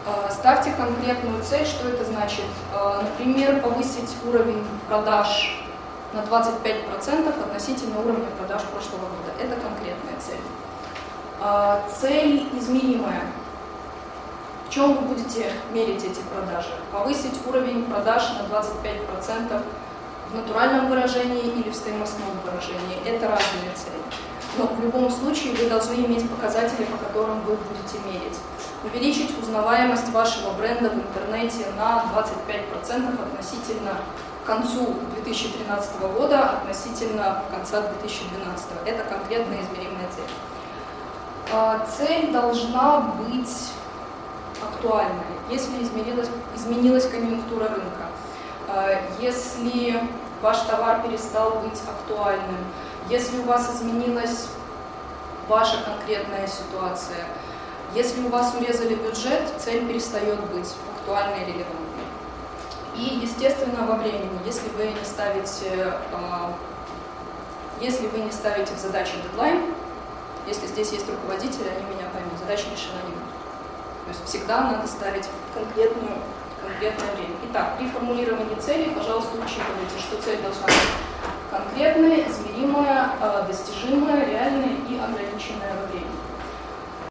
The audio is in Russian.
Ставьте конкретную цель. Что это значит? Например, повысить уровень продаж на 25% относительно уровня продаж прошлого года. Это конкретная цель. Цель измеримая. В чем вы будете мерить эти продажи? Повысить уровень продаж на 25% в натуральном выражении или в стоимостном выражении. Это разные цели. Но в любом случае вы должны иметь показатели, по которым вы будете мерить. Увеличить узнаваемость вашего бренда в интернете на 25% относительно к концу 2013 года, относительно конца 2012. Это конкретная измеримая цель. Цель должна быть актуальной. Если изменилась конъюнктура рынка, если ваш товар перестал быть актуальным, если у вас изменилась ваша конкретная ситуация, если у вас урезали бюджет, цель перестает быть актуальной и релевантной. И, естественно, во времени, если вы не ставите в задачи дедлайн, если здесь есть руководители, они меня поймут, задача решена не будет. То есть всегда надо ставить конкретное время. Итак, при формулировании цели, пожалуйста, учитывайте, что цель должна быть конкретная, измеримая, достижимая, реальная и ограниченная во времени.